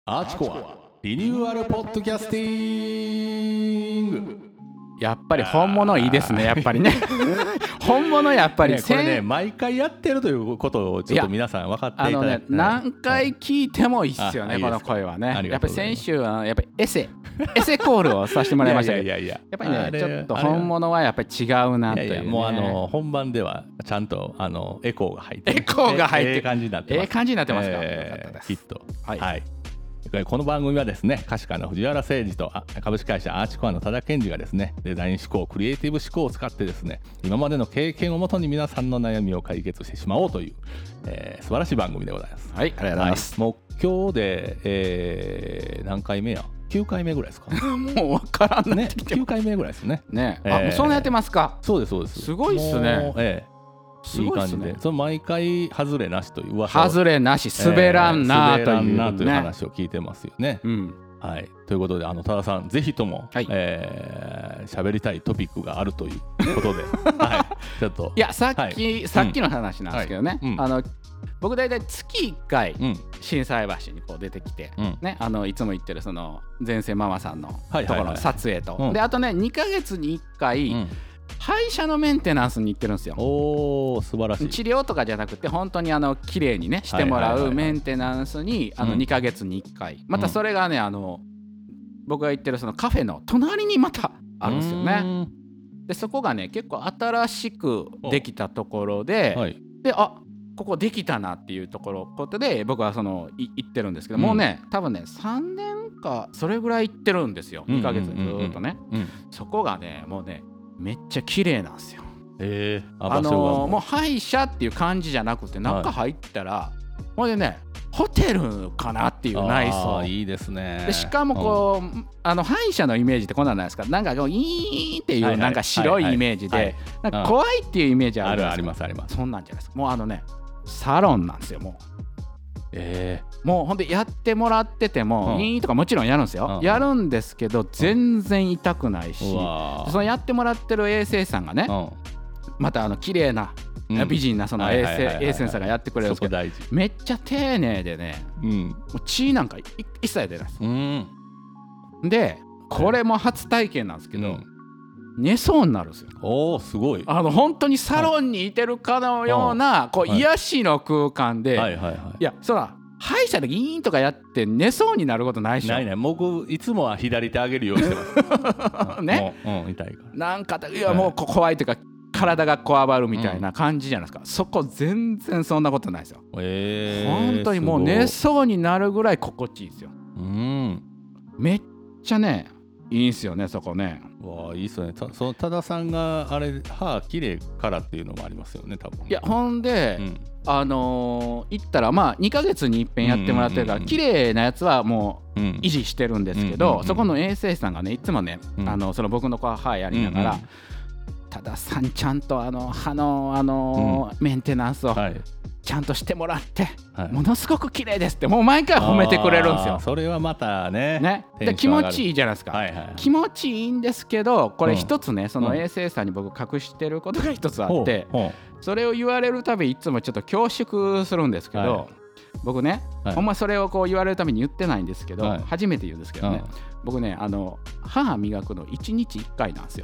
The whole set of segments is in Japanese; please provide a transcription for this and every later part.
アーチコアリニューアルポッドキャスティング。 やっぱり本物いいですね。やっぱりね本物やっぱり、 ね、これね毎回やってるということをちょっと皆さん分かっていただいて、 何回聞いてもいいっすよね、この声はね。やっぱり先週はやっぱりエセコールをさせてもらいましたけど、やっぱりねちょっと本物はやっぱり違うなという、ね、 もう本番ではちゃんとエコーが入ってエコーが入ってええ感じになってます。 ええ感じになってますか、 きっとはいこの番組はですね、歌手家の藤原誠二と株式会社アーチコアの多田健二がですね、デザイン思考、クリエイティブ思考を使ってですね、今までの経験をもとに皆さんの悩みを解決してしまおうという、素晴らしい番組でございます。 はい、ありがとうございます。 もう今日で、何回目や9回目ぐらいですかもう分からんね 9回目ぐらいですね。 もうそんなやってますか。 そうですそうです。 すごいっすね。 いい感じで、その毎回外れなしという噂を、 外れなし滑らんなという、 話を聞いてますよね。はい、ということで多田さんぜひとも喋りたいトピックがあるということで、ちょっとさっきの話なんですけどね、僕大体月1回心斎橋にこう出てきて、いつも行ってるその前世ママさんのところの撮影と、であとね2ヶ月に1回、歯医者のメンテナンスに行ってるんですよ。 おー、素晴らしい。 治療とかじゃなくて本当に綺麗にねしてもらうメンテナンスに2ヶ月に1回、またそれがね僕が行ってるそのカフェの隣にまたあるんですよね。でそこがね結構新しくできたところで、でここできたなっていうことで僕は行ってるんですけど、もうね多分ね3年かそれぐらい行ってるんですよ。2ヶ月ずっとね。そこがねもうねめっちゃ綺麗なんですよ。もう歯医者っていう感じじゃなくて中入ったら、ほんでねホテルかなっていう内装。 いいですね。 でしかもこう、歯医者のイメージってこんなんないですか。なんかこうイーンっていうなんか白いイメージでなんか怖いっていうイメージある。 ありますあります。 そんなんじゃないですか。もうサロンなんですよ。もうもうほんでやってもらっててもいいとかもちろんやるんですよ。やるんですけど全然痛くないし、そのやってもらってる衛生士さんがね、また綺麗な美人なその衛生士さんがやってくれるんですけど、めっちゃ丁寧でね、もう血なんか一切出ないです。でこれも初体験なんですけど、寝そうになるんですよ。 おー、すごい。 本当にサロンにいてるかのようなこう癒しの空間で、いやそら歯医者でギーンとかやって寝そうになることないでしょ。 ない僕いつもは左手上げるようにしてますね。痛いからなんかいやもう怖いというか体がこわばるみたいな感じじゃないですか。そこ全然そんなことないですよ。本当にもう寝そうになるぐらい心地いいですよ。めっちゃねいいんすよねそこね。 わあ、いいっすね。その多田さんが歯綺麗からっていうのもありますよね多分。 いやほんで、行ったら2ヶ月に一遍やってもらってるから綺麗なやつはもう維持してるんですけど、そこの衛生士さんがねいつもね、その僕の歯やりながら、多田さんちゃんと歯のメンテナンスをちゃんとしてもらって、ものすごく綺麗ですってもう毎回褒めてくれるんですよ。 それはまたねで気持ちいいじゃないですか。気持ちいいんですけど、これ一つねその衛生士さんに僕隠してることが一つあって、それを言われるたびいつもちょっと恐縮するんですけど、僕ね、ほんまそれをこう言われるたびに言ってないんですけど、初めて言うんですけどね、僕ね歯磨くの1日1回なんですよ。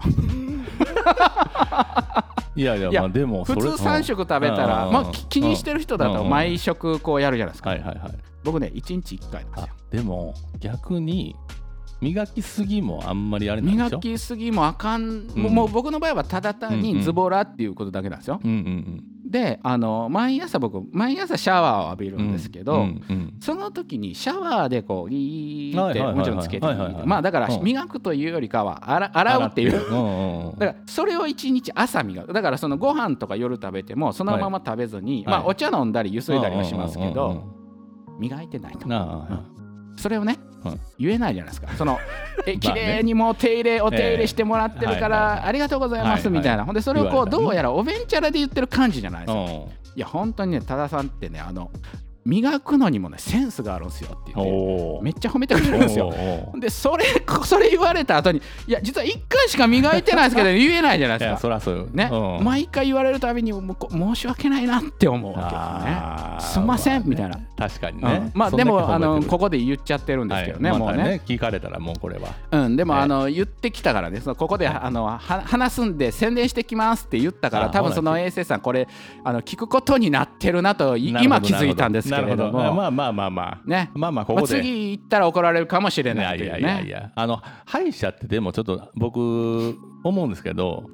いやでも普通3食食べたら、気にしてる人だと毎食こうやるじゃないですか。僕ね1日1回なんですよ。 でも逆に磨きすぎもあんまりあれなんでしょ。 磨きすぎもあかん、もう僕の場合はただ単にズボラっていうことだけなんですよ。で毎朝シャワーを浴びるんですけど、その時にシャワーでこうギーってもちろんつけて、だから磨くというよりかは洗うっていうだからそれを1日朝磨く。だからそのご飯とか夜食べてもそのまま食べずに、お茶飲んだりゆすいだりはしますけど、磨いてないと。それをね言えないじゃないですか。綺麗にもうお手入れしてもらってるからありがとうございますみたいな。ほんでそれをこうどうやらおべんちゃらで言ってる感じじゃないですか。いや本当にね多田さんってね磨くのにもねセンスがあるんですよって言ってめっちゃ褒めてくれるんですよ。でそれ言われた後にいや実は1回しか磨いてないですけど言えないじゃないですか。 いやそらそうね、毎回言われるたびに申し訳ないなって思うわけですね。すんませんみたいな。 確かにね。 まあでもここで言っちゃってるんですけどね、もうね聞かれたらもうこれはでも言ってきたからね、ここで話すんで宣伝してきますって言ったから、多分その衛生さんこれ聞くことになってるなと今気づいたんですけれども、 まあね、 ここで次行ったら怒られるかもしれないというね。 いや歯医者ってでもちょっと僕思うんですけど、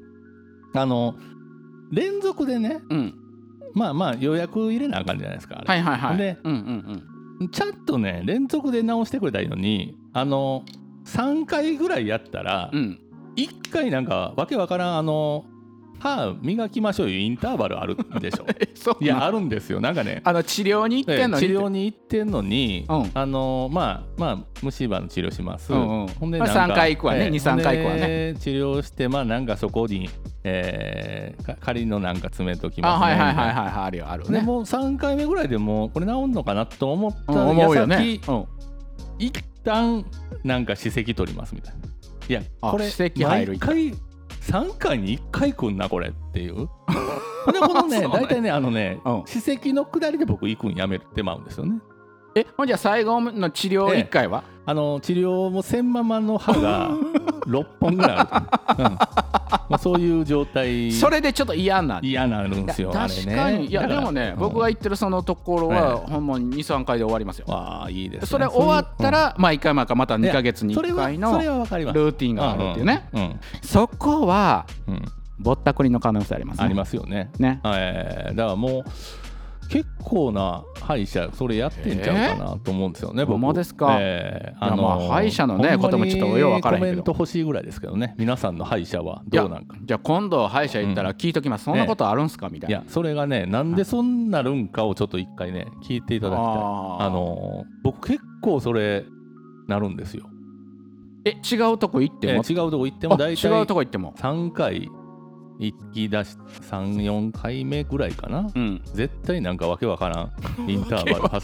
連続でね、まあ予約入れなあかんじゃないですか。 はいはいはい。 で、ちゃんとね連続で直してくれたらいいのに、3回ぐらいやったら、1回なんかわけわからん歯磨きましょういうインターバルあるでしょ。いやあるんですよ。なんかね治療に行ってんのに治療に行ってんのに、まあ虫歯の治療します、ほんでなんか 3回行くわね、2、3回行くわね。 治療してなんかそこに仮のなんか詰めときますね。 あるよあるね。 でもう3回目ぐらいでもうこれ治んのかなと思ったら矢先一旦なんか歯石取りますみたいな。いやこれ毎回3回に1回くんなこれっていう。でこのね大体ね歯石の下りで僕行くんやめてまうんですよね。 ほんじゃ最後の治療1回は、 治療も千ママの歯が6本ぐらいある、そういう状態。 それでちょっと嫌になるんですよ。 確かに。いやでもね、僕が行ってるそのところはほんまに 2,3 回で終わりますよ。 いいですね。 それ終わったら1回また2ヶ月に1回のルーティンがあるっていうね。そこはぼったくりの可能性ありますね。 ありますよね。だからもう結構な歯医者それやってんちゃうかなと思うんですよね。僕ほんまですか。歯医者のねこともちょっとよう分からへんけど、 コメント欲しいぐらいですけどね。皆さんの歯医者はどうなんか。 じゃあ今度歯医者行ったら聞いときます。そんなことあるんすかみたいな。 いやそれがねなんでそんなるんかをちょっと一回ね聞いていただきたい。僕結構それなるんですよ。 違うとこ行っても違うとこ行っても大体違うとこ行っても 3回行き出し 3,4 回目ぐらいかな、絶対なんかわけわからんインターバル挟ん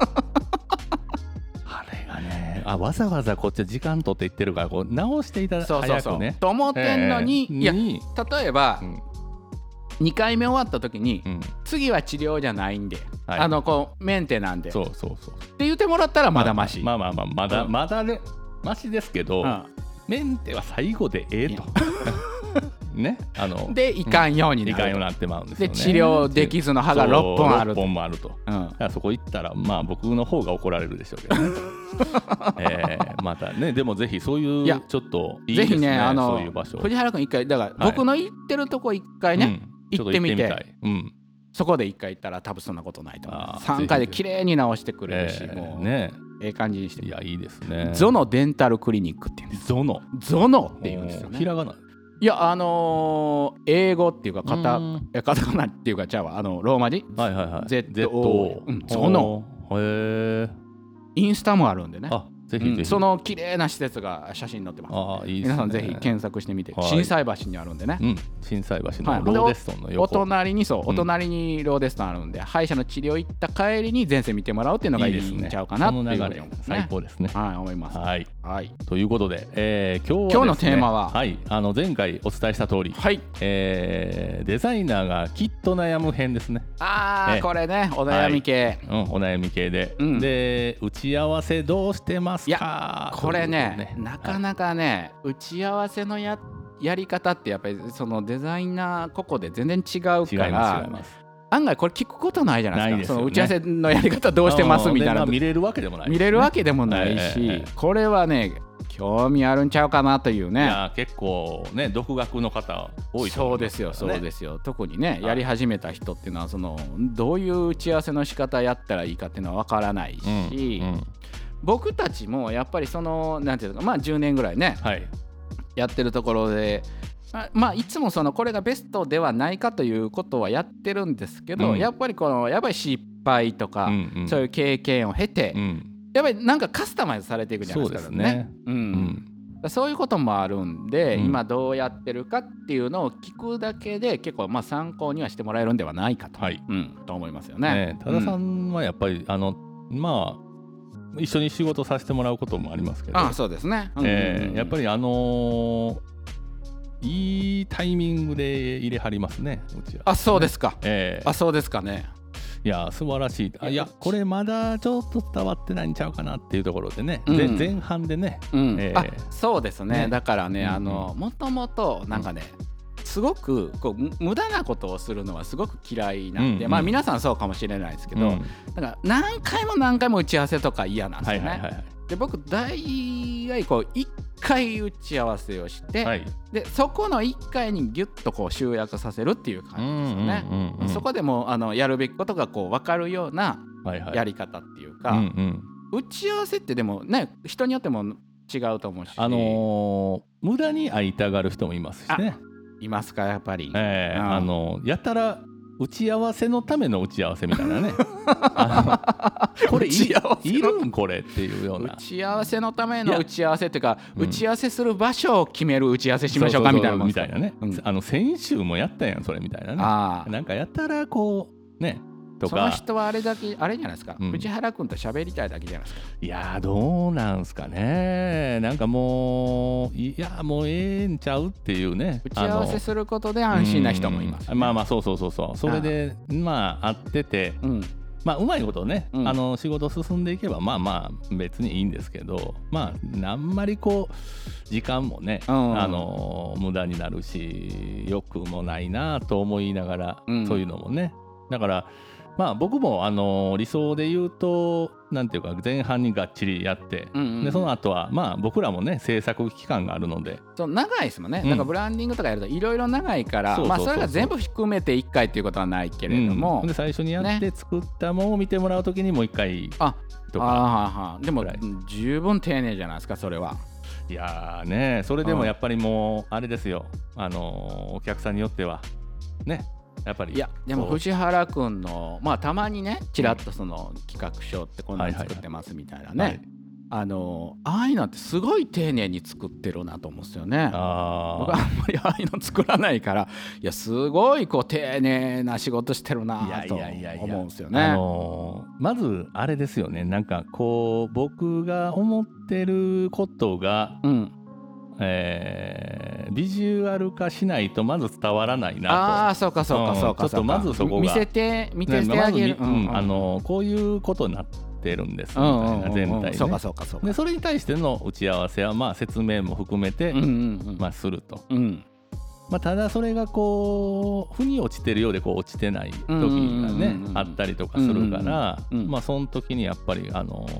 あれがねわざわざこっちは時間取って行ってるからこう直していただき早くねと思ってんのに、いや例えば、2回目終わった時に、次は治療じゃないんで、こうメンテなんでって言ってもらったらまだマシ。 まだねマシですけど、メンテは最後でとね、 でいかんようになってまうんですよね。 で治療できずの歯が6本ある。 6本もあると。だからそこ行ったら僕の方が怒られるでしょうけどね。またねでもぜひそういうちょっといいですね。ぜひねそういう場所。 藤原君一回だから僕の行ってるとこ一回ね行ってみて、そこで一回行ったら多分そんなことないと思う。3回で綺麗に直してくれるし、もうね感じにして。 いやいいですね。 ゾノデンタルクリニックっていうんです。ゾノっていうんですよね。 ひらがな。 いや英語っていうかカタカナっていうかローマ字 ZO ゾノ。インスタもあるんでね。 ぜひぜひ、 その綺麗な施設が写真載ってます。いいですね、皆さんぜひ検索してみて。心斎橋にあるんでね。 心斎橋のローデストンの横、 お隣にローデストンあるんで、歯医者の治療行った帰りに前世見てもらうっていうのがいいんちゃうかなっていうのが最高ですね。 思います。 ということで、今日のテーマは前回お伝えした通り、デザイナーがきっと悩む編ですね。 これねお悩み系、 お悩み系で、で打ち合わせどうしてますか。いやこれねなかなかね、打ち合わせのやり方ってやっぱりそのデザイナー個々で全然違うから案外これ聞くことないじゃないですか。その打ち合わせのやり方どうしてますみたいな見れるわけでもないし、これはね興味あるんちゃうかなというね。 いや結構ね独学の方多いと思いますからね。 そうですよ。特にねやり始めた人っていうのはどういう打ち合わせの仕方やったらいいかっていうのは分からないし、僕たちもやっぱりなんていうか10年ぐらいね、やってるところでいつもこれがベストではないかということはやってるんですけど、やっぱり失敗とか、そういう経験を経て、やっぱりなんかカスタマイズされていくじゃないですかね。 そういうこともあるんで、今どうやってるかっていうのを聞くだけで結構参考にはしてもらえるんではないかと、と思いますよね。 多田さんはやっぱり一緒に仕事させてもらうこともありますけど、 そうですね、 やっぱりいいタイミングで入れはりますね、うちは。 そうですか。そうですかね。 いや素晴らしい。いやこれまだちょっと伝わってないんちゃうかなっていうところでね、前半でね、 そうですね。だからね、もともとなんかね、すごくこう無駄なことをするのはすごく嫌いなんで、皆さんそうかもしれないですけど、だから何回も打ち合わせとか嫌なんですよね。で僕大概こう1回打ち合わせをして、でそこの1回にギュッとこう集約させるっていう感じですよね。そこでもやるべきことがこう分かるようなやり方っていうか、打ち合わせってでもね人によっても違うと思うし、 無駄に会いたがる人もいますしね。 いますかやっぱり。 やたら打ち合わせのための打ち合わせみたいなねこれいるんこれっていうような打ち合わせのための打ち合わせっていうか、打ち合わせする場所を決める打ち合わせしましょうかみたいなみたいなね、先週もやったやんそれみたいなね。なんかやたらこうねとか、 その人はあれだけあれじゃないですか、藤原君と喋りたいだけじゃないですか。 いやどうなんすかね。なんかもうもうええんちゃうっていうね。 打ち合わせすることで安心な人もいます、ね。 そうそれで会ってて、うまいことね、仕事進んでいけば別にいいんですけど、あんまりこう時間もね、無駄になるしよくもないなと思いながら、そういうのもね。だから僕も理想で言うとなんていうか前半にがっちりやって、でその後は僕らもね制作期間があるので長いですもんね。だからブランディングとかやるといろいろ長いから、それが全部含めて1回っていうことはないけれども、 で最初にやって作ったものを見てもらうときにもう1回とか。 でも十分丁寧じゃないですかそれは。 いやね、それでもやっぱりもうあれですよ、お客さんによってはねやっぱり。 いやでも藤原君のたまにねちらっとその企画書ってこんなに作ってますみたいなね、ああいうのってすごい丁寧に作ってるなと思うんですよね。僕はあんまりああいうの作らないから、いやすごいこう丁寧な仕事してるなと思うんですよね。 まずあれですよね、なんかこう僕が思ってることが、ビジュアル化しないとまず伝わらないなと。 そうか。ちょっとまずそこが見せてあげる、 こういうことになってるんですみたいな全体ね。でそれに対しての打ち合わせは説明も含めてすると。ただそれがこう腑に落ちてるようでこう落ちてない時がねあったりとかするから、その時にやっぱり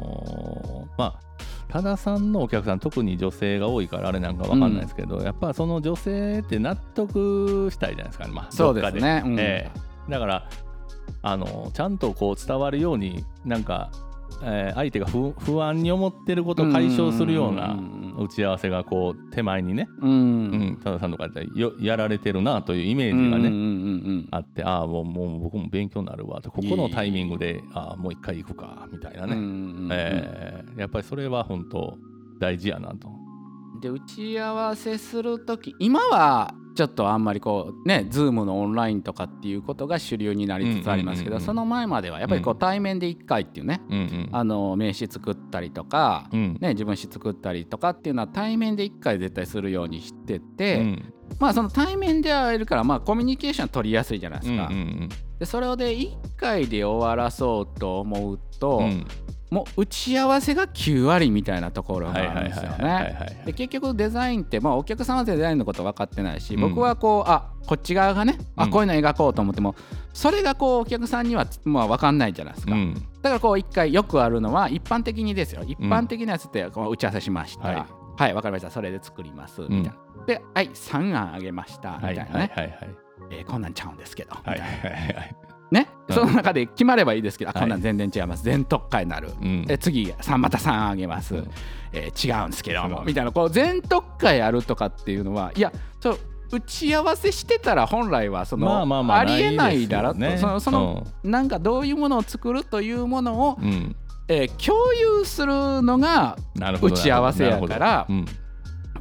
多田さんのお客さん特に女性が多いからあれなんか分かんないですけど、やっぱその女性って納得したいじゃないですかね。 そうですね。 だからちゃんとこう伝わるようになんか、相手が不安に思ってることを解消するような打ち合わせがこう手前にね、多田さんとかでやられてるなというイメージがねあって、もう僕も勉強になるわと、ここのタイミングでもう一回行くかみたいなね。やっぱりそれは本当大事やなと。 で打ち合わせするとき、今はちょっとあんまりこうね Zoom のオンラインとかっていうことが主流になりつつありますけど、その前まではやっぱりこう対面で1回っていうね、名刺作ったりとか、自分誌作ったりとかっていうのは対面で1回絶対するようにしてて、その対面で会えるからコミュニケーション取りやすいじゃないですか。でそれをで1回で終わらそうと思うと、もう打ち合わせが9割みたいなところがあるんですよね。で結局デザインってお客さんはデザインのこと分かってないし、僕はこうこっち側がねこういうの描こうと思ってもそれがこうお客さんには分かんないじゃないですか。だからこう1回よくあるのは一般的にですよ、一般的なやつってこう打ち合わせしました、はい分かりました、それで作りますみたいな、で3案あげましたみたいなね、こんなんちゃうんですけどみたいなね、その中で決まればいいですけど、こんなん全然違います、全特化になる、次また3あげます、違うんですけどもみたいな、こう全特化やるとかっていうのは、いや打ち合わせしてたら本来はそのありえないだろと、そのなんかどういうものを作るというものを共有するのが打ち合わせやから、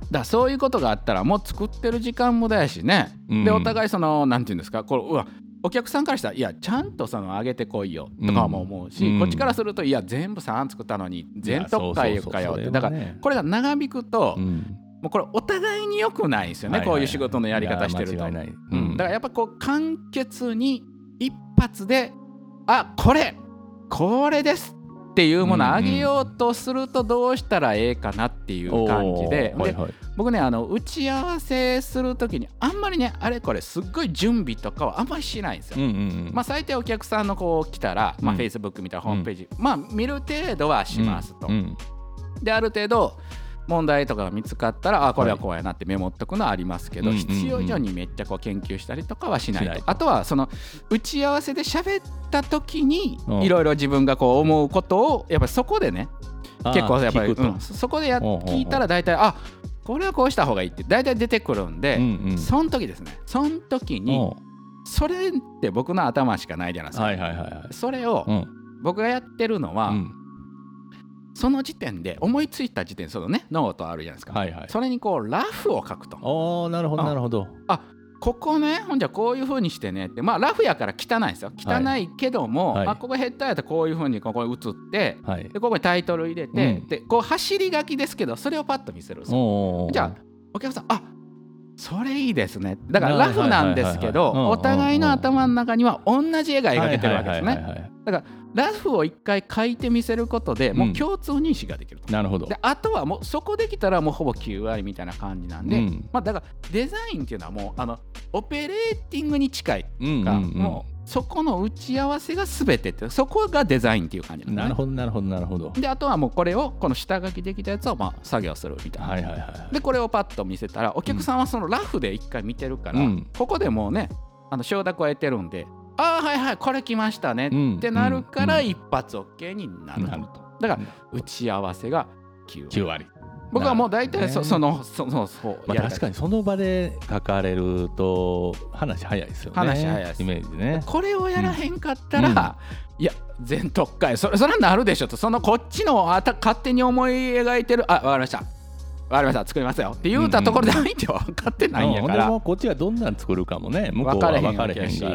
だそういうことがあったらもう作ってる時間無駄やしね、でお互いそのなんていうんですか、これうわお客さんからしたらいやちゃんとその上げてこいよとかも思うし、こっちからするといや全部3作ったのに全特会かよって、だからこれが長引くと、もうこれお互いに良くないですよね、こういう仕事のやり方してると。だからやっぱこう簡潔に一発でこれですっていうものをあげようとするとどうしたらええかなっていう感じで、僕ね打ち合わせするときにあんまりねあれこれすっごい準備とかはあんまりしないんですよ。最低お客さんのこう来たら、Facebook 見たらホームページ、見る程度はしますと。である程度問題とかが見つかったらこれはこうやなってメモっとくのはありますけど、必要以上にめっちゃこう研究したりとかはしないと。あとはその打ち合わせで喋った時にいろいろ自分がこう思うことをやっぱりそこでね結構やっぱり、そこで聞いたら大体これはこうした方がいいって大体出てくるんで、その時ですね、その時にそれって僕の頭しかないじゃないですか。それを僕がやってるのは、その時点で思いついた時点でそのねノートあるじゃないですか、それにこうラフを書くと。 なるほどなるほど。 ここねほんじゃこういう風にしてねって、ラフやから汚いですよ、汚いけども、ここヘッダーやったらこういう風にここに写って、でここにタイトル入れて、でこう走り書きですけどそれをパッと見せるんですよ。じゃあお客さんそれいいですね。だからラフなんですけどお互いの頭の中には同じ絵が描けてるわけですね。だからラフを一回書いてみせることでもう共通認識ができると。 なるほど。 であとはもうそこできたらもうほぼ9割みたいな感じなんで、だからデザインっていうのはもうオペレーティングに近いか、もうそこの打ち合わせが全てって、そこがデザインっていう感じなんですね。なるほどなるほどなるほど。 であとはもうこれをこの下書きできたやつを作業するみたいな、でこれをパッと見せたらお客さんはそのラフで一回見てるから、ここでもうね承諾を得てるんでこれ来ましたねってなるから一発 OK になると。だから打ち合わせが9割。僕はもう大体そう確かにその場で書かれると話早いですよね。 話早いです。 イメージね。 これをやらへんかったら、いや全特会それはなるでしょと、そのこっちの勝手に思い描いてる分かりました作りますよって言うたところで相手は分かってないんやから、 でもこっちがどんなん作るかもね向こうは分かれへんから、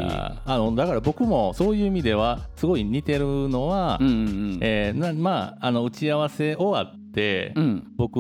だから僕もそういう意味ではすごい似てるのは、打ち合わせ終わって、僕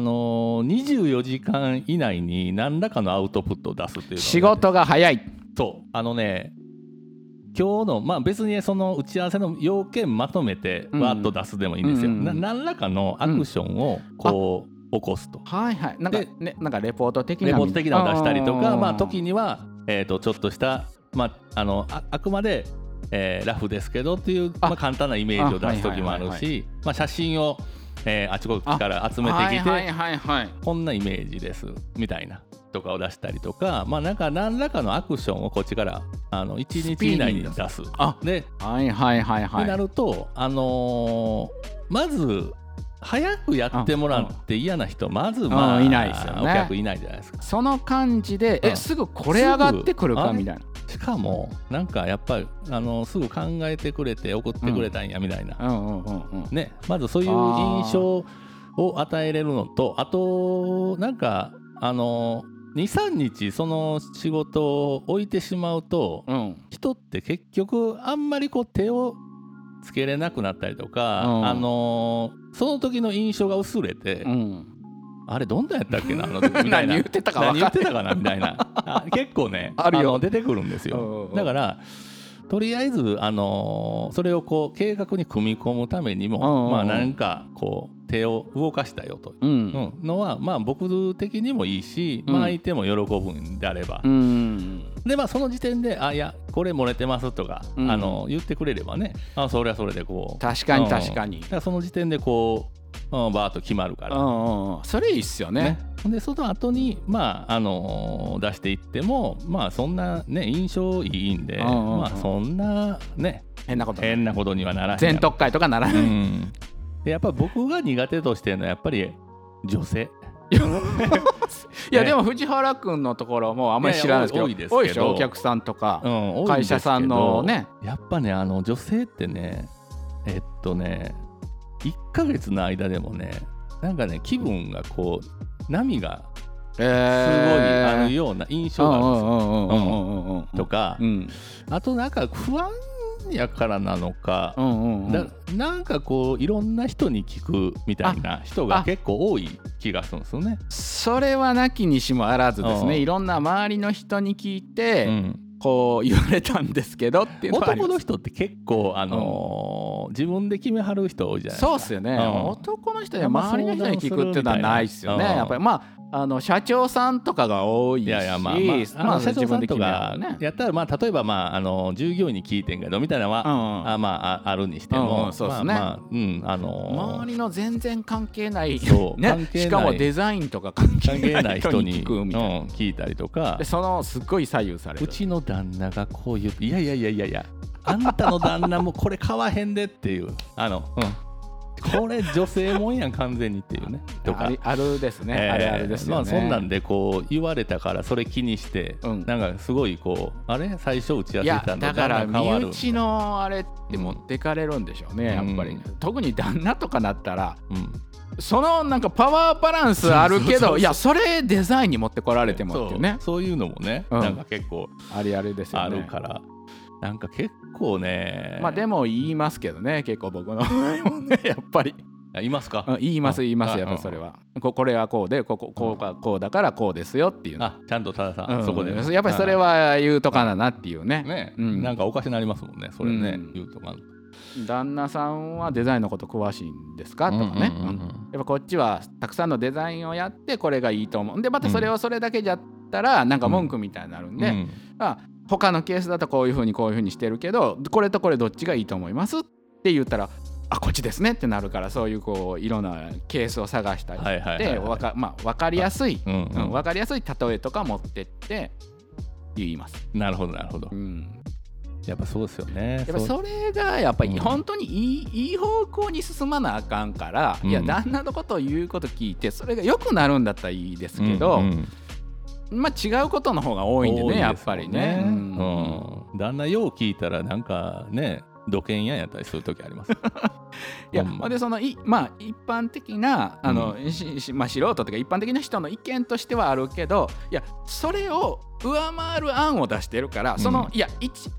24時間以内に何らかのアウトプットを出すっていうの、 仕事が早い。 そう今日の別にその打ち合わせの要件まとめてわーっと出すでもいいんですよ。何らかのアクションをこう起こすと。 なんかレポート的なのを出したりとか、時にはちょっとしたあくまでラフですけどっていう簡単なイメージを出す時もあるし、写真をあちこちから集めてきてこんなイメージですみたいなとかを出したりとか、なんか何らかのアクションをこっちから1日以内に出す。でなるとまず早くやってもらって嫌な人まずいないですよね。お客いないじゃないですか。 その感じですぐこれ上がってくるかみたいな。 しかもなんかやっぱりすぐ考えてくれて送ってくれたんやみたいな、ね、まずそういう印象を与えれるのと、あとなんか2,3 日その仕事を置いてしまうと、人って結局あんまりこう手をつけれなくなったりとか、その時の印象が薄れて、あれどんなやったっけなみたいな何言ってたかなみたいな結構ね出てくるんですよ。だからとりあえずそれをこう計画に組み込むためにも、なんかこう手を動かしたよというのは、僕的にもいいし、相手も喜ぶんであれば、でその時点でいやこれ漏れてますとか、言ってくれればね、それはそれでこう確かにだからその時点でこうバーッと決まるから、 それいいっすよね。 でその後に出していってもそんなね印象いいんで、そんなね変なことにはならへん。 全特会とかならない。 でやっぱ僕が苦手としてるのはやっぱり女性。 いやでも藤原君のところもあんまり知らないですけど、多いでしょお客さんとか、会社さんのね。 やっぱね女性ってね1ヶ月の間でもねなんかね気分がこう波がすごいあるような印象があるんですよ。とか、あとなんか不安やからなのか、なんかこういろんな人に聞くみたいな人が結構多い気がするんですよね。 それはなきにしもあらずですね。いろんな周りの人に聞いて、こう言われたんですけどっていうのはあります。 男の人って結構自分で決めはる人多いじゃないですか。 そうっすよね。男の人で周りの人に聞くっていうのはないっすよね。やっぱり社長さんとかが多いし、 社長さんとかやったら例えば従業員に聞いてんけどみたいなのはあるにしても、 そうですね。周りの全然関係ないしかもデザインとか関係ない人に聞くみたいな、 聞いたりとか、 すっごい左右される。 うちの旦那がこう言って、いやあんたの旦那もこれ買わへんでっていうこれ女性もんやん完全にっていうねとかあるですね、あれあれですよね。 そんなんでこう言われたからそれ気にして、なんかすごいこう最初打ち合わせたんでだから身内のあれって持ってかれるんでしょうね、やっぱり。特に旦那とかなったら、そのなんかパワーバランスあるけど、いやそれデザインに持ってこられてもっていうね、 そういうのもね、なんか結構ありありですよね。 あるからなんか結構ね、 でも言いますけどね、結構僕のやっぱり言いますか。 言いますやっぱそれはこれはこうでこうだからこうですよっていうのちゃんと多田さんそこでやっぱりそれは言うとかななっていうね。 なんかおかしなりますもんねそれね、言うとか。 旦那さんはデザインのこと詳しいんですかとかね、やっぱこっちはたくさんのデザインをやってこれがいいと思うんで、またそれをそれだけじゃったらなんか文句みたいになるんで、他のケースだとこういうふうにしてるけどこれとこれどっちがいいと思いますって言ったらこっちですねってなるから、そういうこういろんなケースを探したりして分かりやすい分かりやすい例えとか持ってって言います。 なるほどなるほど。やっぱそうですよね。 やっぱそれがやっぱり本当にいい方向に進まなあかんから、いや旦那のことを言うこと聞いてそれが良くなるんだったらいいですけど、違うことの方が多いんでね、やっぱりね。旦那よう聞いたらなんかね土建屋やったりする時あります。いやでその一般的な素人とか一般的な人の意見としてはあるけど、いやそれを上回る案を出してるから、そのいや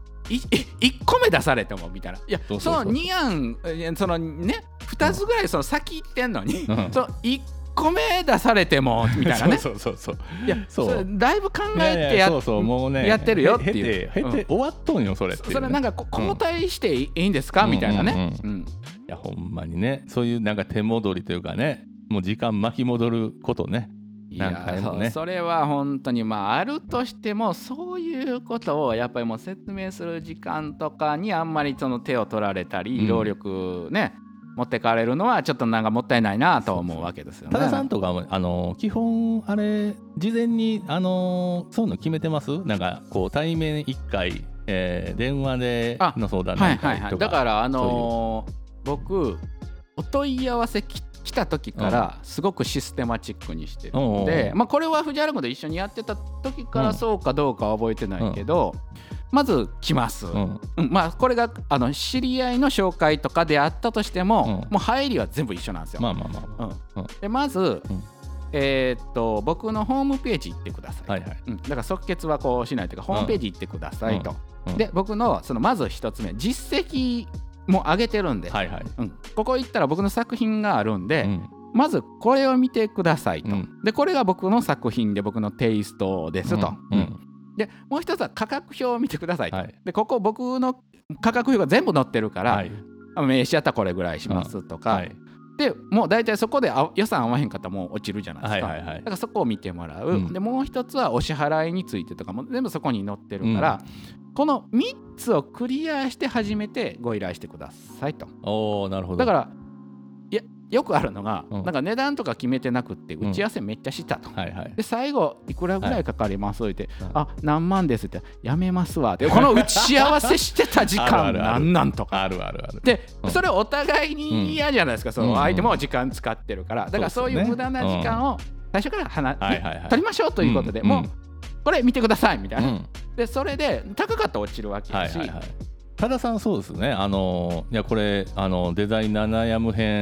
1個目出されてもみたいな、いやその2案そのね2つぐらいその先行ってんのに、その1個目出されてもみたいなね。いやそれだいぶ考えてやってるよっていう。 経て終わっとんよそれって。 それなんか交代していいんですかみたいなね。 いやほんまにね、そういうなんか手戻りというかね、もう時間巻き戻ることね。 いやそれは本当にあるとしても、そういうことをやっぱりもう説明する時間とかにあんまりその手を取られたり、労力ね持ってかれるのはちょっとなんかもったいないなと思うわけですよね。 多田さんとか基本あれ事前にそういうの決めてます？なんかこう対面1回、電話での相談なんかとか。 だから僕お問い合わせ来た時からすごくシステマチックにしてるので、これは藤原君と一緒にやってた時からそうかどうかは覚えてないけど、まず来ます、これが知り合いの紹介とかであったとしても、もう入りは全部一緒なんですよ。でまず、僕のホームページ行ってください、だから即決はこうしないというか、ホームページ行ってくださいと、で僕のそのまず一つ目実績も上げてるんで、ここ行ったら僕の作品があるんで、まずこれを見てくださいと、でこれが僕の作品で僕のテイストですと、でもう一つは価格表を見てくださいと、でここ僕の価格表が全部載ってるから、名刺やったらこれぐらいしますとか、でもう大体そこで予算合わへんかったらもう落ちるじゃないですか、だからそこを見てもらう、でもう一つはお支払いについてとかも全部そこに載ってるから、この3つをクリアして初めてご依頼してくださいと。 なるほど。 だからよくあるのが、なんか値段とか決めてなくって打ち合わせめっちゃしたと、で最後いくらぐらいかかりますって、何万ですってやめますわって、この打ち合わせしてた時間なんなんとかで、それお互いに嫌じゃないですか、その相手も時間使ってるから、だからそういう無駄な時間を最初から取りましょうということで、もうこれ見てくださいみたいな、でそれで高かったら落ちるわけだし、 多田さんそうですね、いやこれデザイナー悩む編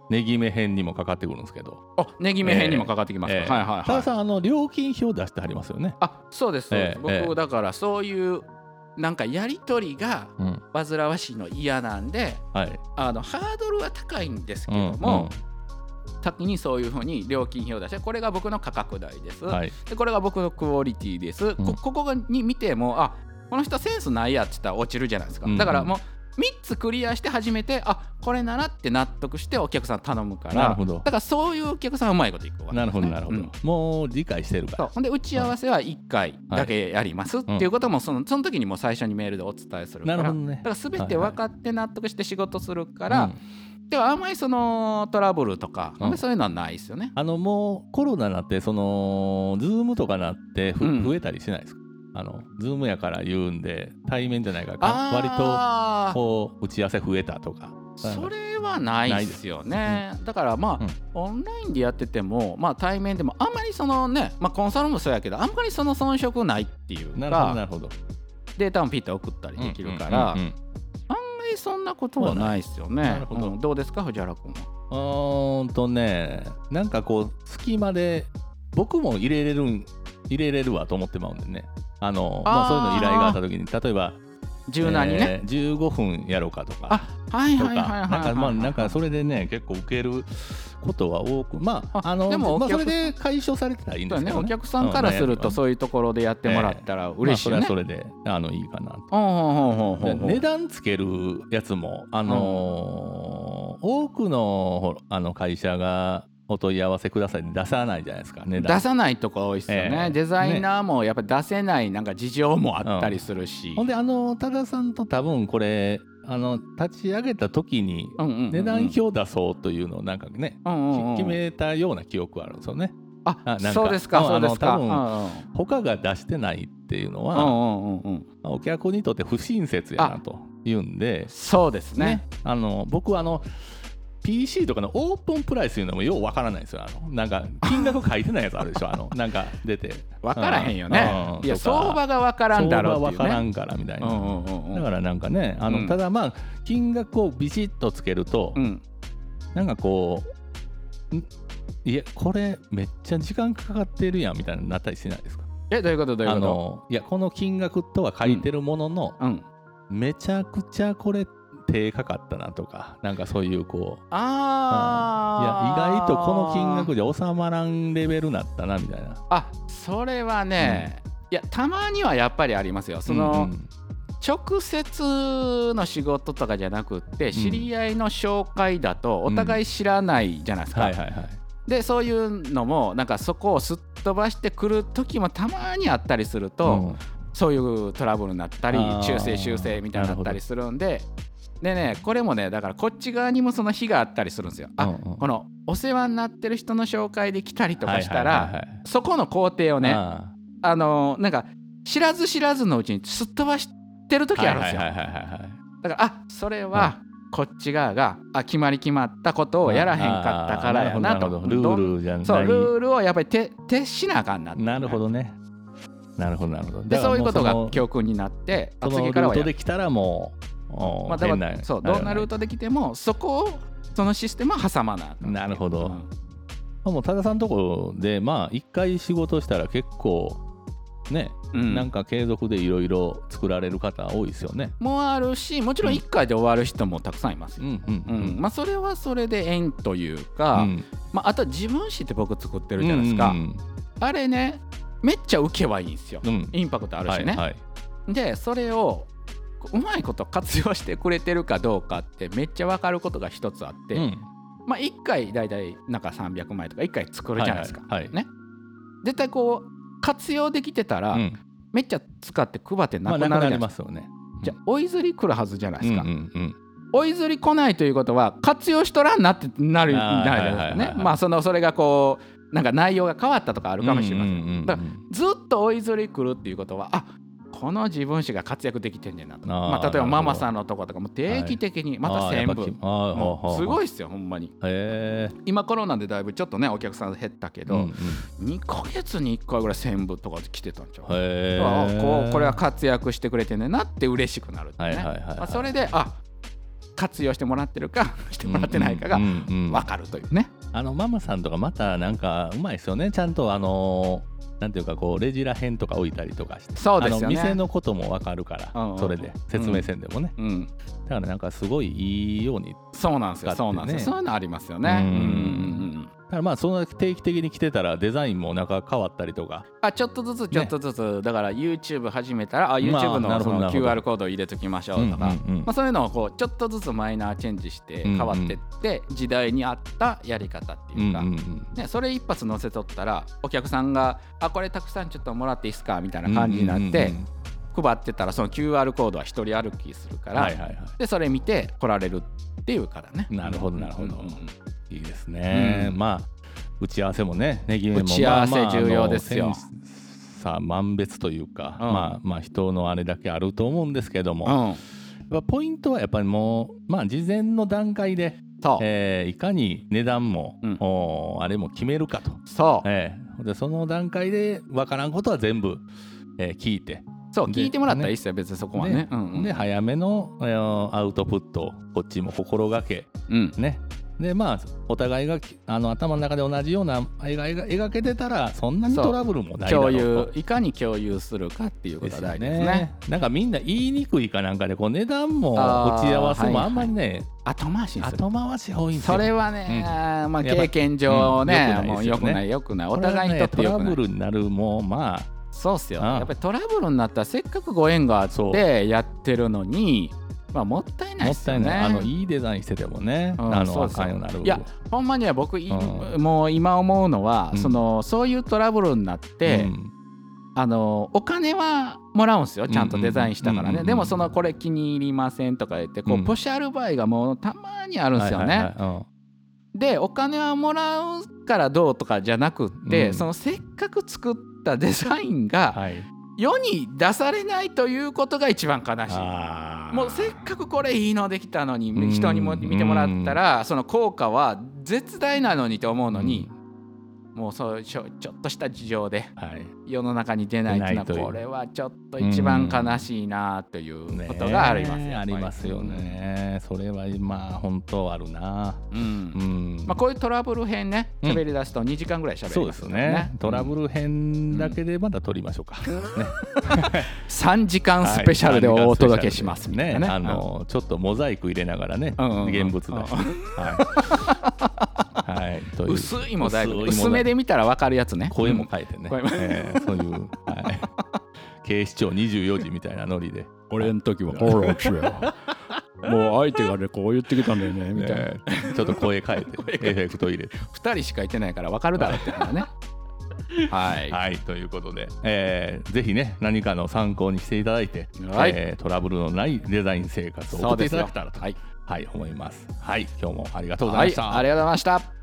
ねぎめ編にもかかってくるんですけど。 ねぎめ編にもかかってきますか。はいはいはい。 多田さん料金表出してはりますよね。 そうですそうです、僕だからそういうなんかやり取りが煩わしいの嫌なんで、ハードルは高いんですけども、先にそういうふうに料金表を出して、これが僕の価格帯です、でこれが僕のクオリティです、ここに見てもこの人センスないやって言ったら落ちるじゃないですか。だからもう3つクリアして初めてこれならって納得してお客さん頼むから。なるほど。だからそういうお客さんはうまいこといくわけですね。なるほどなるほど、もう理解してるから。ほんで打ち合わせは1回だけやりますっていうこともその時にも最初にメールでお伝えするから。なるほどね。だから全て分かって納得して仕事するから、ではあんまりそのトラブルとか、そういうのはないですよね。もうコロナになってズームとかなって増えたりしないですか？ズームやから言うんで対面じゃないから割とこう打ち合わせ増えたとか。それはないですよね。だからオンラインでやってても対面でもあんまりそのね、コンサルもそうやけどあんまりその遜色ないっていうか。なるほど。データもピッと送ったりできるから、あんまりそんなことはないですよね。なるほど。どうですか藤原君は？なんかこう隙間で僕も入れれるわと思ってまうんでね。そういうの依頼があった時に例えば柔軟にね、15分やろうかとかなんかそれでね結構受けることは多くでもそれで解消されてたらいいんですけどね。お客さんからするとそういうところでやってもらったら嬉しいよね。それはそれでいいかなと。値段つけるやつも多くの会社がお問い合わせくださいって出さないじゃないですか。出さないとこ多いですよね。デザイナーもやっぱり出せないなんか事情もあったりするし、ほんで多田さんと多分これ立ち上げた時に値段表出そうというのをなんかね決めたような記憶はあるんですよね。そうですかそうですか。多分他が出してないっていうのはお客にとって不親切やなというんで。そうですね。僕はPC とかのオープンプライスいうのもようわからないんですよ。なんか金額書いてないやつあるでしょ。なんか出てわからへんよね。いや相場がわからんだろうっていうね。相場わからんからみたいな。だからなんかねただ金額をビシッとつけるとなんかこういやこれめっちゃ時間かかってるやんみたいになったりしないですか？どういうことどういうこと？いやこの金額とは書いてるもののめちゃくちゃこれ手かかったなとかなんかそういうこういや意外とこの金額じゃ収まらんレベルなったなみたいな。それはね、いやたまにはやっぱりありますよ。直接の仕事とかじゃなくって知り合いの紹介だとお互い知らないじゃないですか。でそういうのもなんかそこをすっ飛ばしてくる時もたまにあったりすると、そういうトラブルになったり修正みたいになったりするんで。でね、これもねだからこっち側にもその日があったりするんですよ。このお世話になってる人の紹介で来たりとかしたらそこの工程をねなんか知らずのうちにすっ飛ばしてる時あるんですよ。だからそれはこっち側が決まったことをやらへんかったからやなと。ルールじゃない。そうルールをやっぱり徹しなあかんなって。なるほどね。なるほどでそういうことが教訓になって次からはルートできたらもうだからそうどんなルートできてもそのシステムは挟まない。なるほど。もう多田さんのところで一回仕事したら結構ね、なんか継続でいろいろ作られる方多いですよね。もあるしもちろん1回で終わる人もたくさんいますよ。それはそれで縁というか、あと自分誌って僕作ってるじゃないですか。あれねめっちゃ受けはいいんですよ。インパクトあるしね。でそれをうまいこと活用してくれてるかどうかってめっちゃ分かることが一つあって、1回だいたいなんか300枚とか1回作るじゃないですか。ね、絶対こう活用できてたら、めっちゃ使って配ってなくなるじゃないですか。じゃあ追いずり来るはずじゃないですか。追いずり来ないということは活用しとらんなってなるじゃないですかね。それがこうなんか内容が変わったとかあるかもしれません。だからずっと追いずり来るっていうことはこの自分誌が活躍できてんねんなと。例えばママさんのとことかも定期的にまた1000部すごいっすよほんまに。今コロナでだいぶちょっとねお客さん減ったけど、2ヶ月に1回ぐらい1000部とか来てたんちゃう。これは活躍してくれてんねんなって嬉しくなるってね。それで活用してもらってるかしてもらってないかが分かるというね。 ママさんとかまたなんかうまいですよね。ちゃんとなんていうかこうレジらへんとか置いたりとかして、 そうですよね。 店のことも分かるから、それで説明せんでもね、だからなんかすごいいいように、 そうなんですよ、そうなんですよ、そういうのありますよね。 だからまあその定期的に来てたらデザインもなんか変わったりとか、 ちょっとずつ、だから YouTube 始めたらYouTube のその QR コードを入れときましょうとか、そういうのをこうちょっとずつマイナーチェンジして変わってって時代に合ったやり方っていうか、それ一発載せとったらお客さんがこれたくさんちょっともらっていいですかみたいな感じになって配ってたら、その QR コードは一人歩きするから、でそれ見て来られるっていうからね。 なるほどなるほど、いいですね。まあ打ち合わせもね、ネギメも打ち合わせ重要ですよ。 さあ万別というか、まあ人のあれだけあると思うんですけども、ポイントはやっぱりもう事前の段階でいかに値段も、あれも決めるかと。でその段階で分からんことは全部、聞いて、 聞いてもらったらいいっすよ、別にそこはね。 で早めのアウトプットをこっちも心がけ、ね。でお互いが頭の中で同じような絵が描けてたらそんなにトラブルもないだろうと。 いかに共有するかっていうことが大事ですね。 なんかみんな言いにくいかなんかでこう値段も打ち合わせもあんまりね、 後回し多いんですよ。 それはね、経験上ね、もうよくないお互いにとってよくない。 トラブルになるもそうっすよ。やっぱりトラブルになったらせっかくご縁があってやってるのに、もったいないですよね。 いいデザインしててもね、あかんようになる。 いやほんまには僕、もう今思うのは、そういうトラブルになって、お金はもらうんですよ、ちゃんとデザインしたからね。でもこれ気に入りませんとか言ってこうポシャる場合がもうたまにあるんですよね。でお金はもらうからどうとかじゃなくって、せっかく作ったデザインが世に出されないということが一番悲しい。もうせっかくこれいいのできたのに人にも見てもらったらその効果は絶大なのにと思うのに、もうそうちょっとした事情で世の中に出ないというのは、これはちょっと一番悲しいなということがありますよ。 ありますよね。それは本当あるな。こういうトラブル編ね、喋り出すと2時間ぐらい喋りますよね。そうですね。トラブル編だけでまだ撮りましょうか。 3時間スペシャルでお届けしますね。 ちょっとモザイク入れながらね、現物だし。 薄いモザイク、薄めで見たら分かるやつね。 声も変えてね、そういう警視庁24時みたいなノリで、 俺の時はホロッチよもう相手がねこう言ってきたんだよねみたいな、 ちょっと声変えてエフェクト入れて 2人しかいてないから分かるだろうっていうのね。 はい、ということで、ぜひね何かの参考にしていただいて、トラブルのないデザイン生活を送っていただけたらと思います。今日もありがとうございました。 ありがとうございました。